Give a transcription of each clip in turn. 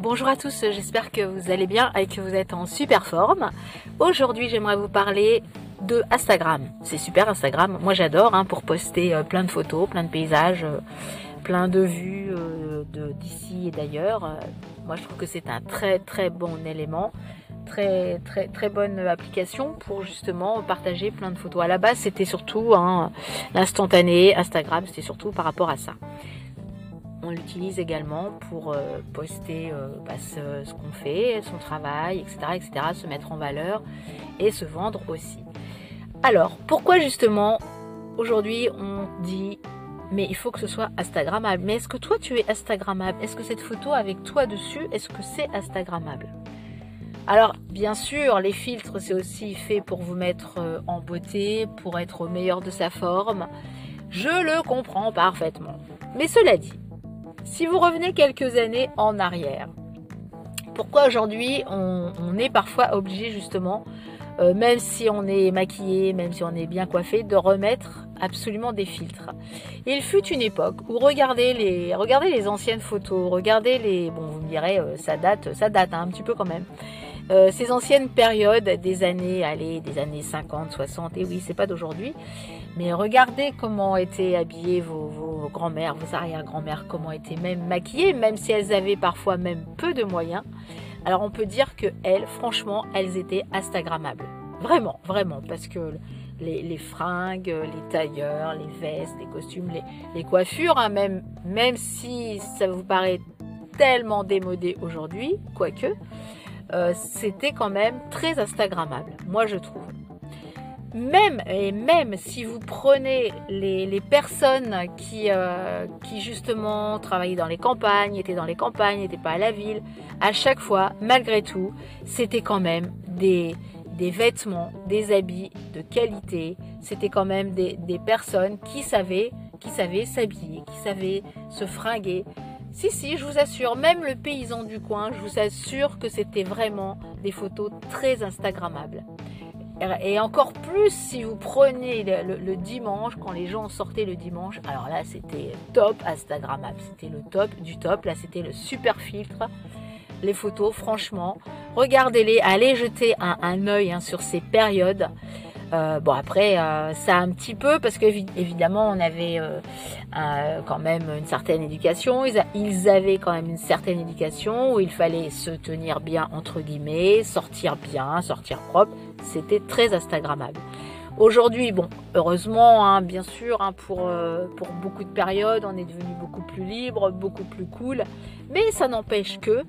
Bonjour à tous, j'espère que vous allez bien et que vous êtes en super forme. Aujourd'hui, j'aimerais vous parler de Instagram. C'est super Instagram, moi j'adore pour poster plein de photos, plein de paysages, plein de vues d'ici et d'ailleurs. Moi je trouve que c'est un très bon élément, très bonne application pour justement partager plein de photos. À la base c'était surtout l'instantané, Instagram c'était surtout par rapport à ça. On l'utilise également pour poster ce qu'on fait, son travail, etc., se mettre en valeur et se vendre aussi. Alors, pourquoi justement, aujourd'hui, on dit, mais il faut que ce soit Instagrammable. Mais est-ce que toi, tu es Instagrammable? Est-ce que cette photo avec toi dessus, est-ce que c'est Instagrammable? Alors, bien sûr, les filtres, c'est aussi fait pour vous mettre en beauté, pour être au meilleur de sa forme. Je le comprends parfaitement. Mais cela dit, si vous revenez quelques années en arrière, pourquoi aujourd'hui on est parfois obligé justement, même si on est maquillé, même si on est bien coiffé, de remettre absolument des filtres. Il fut une époque où regardez les anciennes photos, regardez les, bon vous me direz ça date un petit peu quand même. Ces anciennes périodes des années 50, 60, et oui c'est pas d'aujourd'hui, mais regardez comment étaient habillées vos grands-mères, vos arrière-grand-mères, comment étaient même maquillées, même si elles avaient parfois même peu de moyens. Alors on peut dire que elles, franchement, elles étaient Instagrammables. Vraiment, parce que les fringues, les tailleurs, les vestes, les costumes, les coiffures, même si ça vous paraît tellement démodé aujourd'hui, quoique, c'était quand même très Instagrammable, moi je trouve. Même si vous prenez les personnes qui justement travaillaient dans les campagnes, étaient dans les campagnes, n'étaient pas à la ville, à chaque fois, malgré tout, c'était quand même des vêtements, des habits de qualité. C'était quand même des personnes qui savaient s'habiller, qui savaient se fringuer. Si, je vous assure, même le paysan du coin, je vous assure que c'était vraiment des photos très Instagrammables. Et encore plus si vous prenez le dimanche, quand les gens sortaient le dimanche, alors là c'était top Instagrammable, c'était le top du top, là c'était le super filtre. Les photos, franchement, regardez-les, allez jeter un œil sur ces périodes. Bon après ça un petit peu parce qu'évidemment on avait quand même une certaine éducation, ils avaient quand même une certaine éducation où il fallait se tenir bien entre guillemets, sortir bien, sortir propre, c'était très Instagrammable. Aujourd'hui, bon, heureusement, bien sûr, pour beaucoup de périodes, on est devenu beaucoup plus libre, beaucoup plus cool, mais ça n'empêche que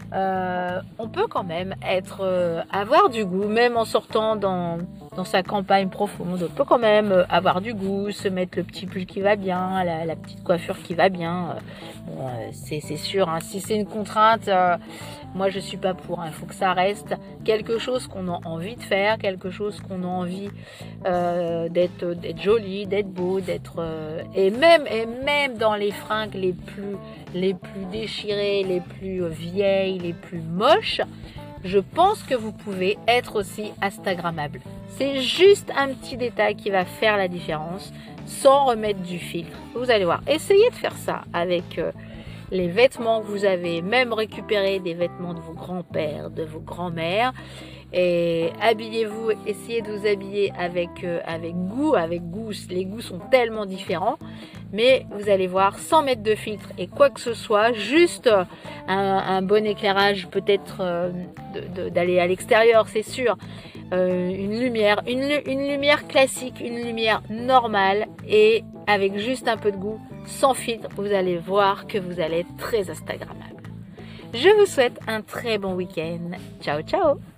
on peut quand même avoir du goût, même en sortant dans sa campagne profonde, on peut quand même avoir du goût, se mettre le petit pull qui va bien, la petite coiffure qui va bien. Bon, c'est sûr, si c'est une contrainte, moi je suis pas pour. Il faut que ça reste quelque chose qu'on a envie de faire, quelque chose qu'on a envie d'être joli, d'être beau, et même dans les fringues les plus déchirées, les plus vieilles, les plus moches, je pense que vous pouvez être aussi Instagrammable. C'est juste un petit détail qui va faire la différence sans remettre du filtre. Vous allez voir, essayez de faire ça avec les vêtements que vous avez, même récupérer des vêtements de vos grands-pères, de vos grands-mères, et habillez-vous, essayez de vous habiller avec goût. Les goûts sont tellement différents, mais vous allez voir, sans mettre de filtre et quoi que ce soit, juste un bon éclairage, peut-être d'aller à l'extérieur, c'est sûr, une lumière classique, une lumière normale, et avec juste un peu de goût, sans filtre, vous allez voir que vous allez être très Instagrammable. Je vous souhaite un très bon week-end. Ciao, ciao!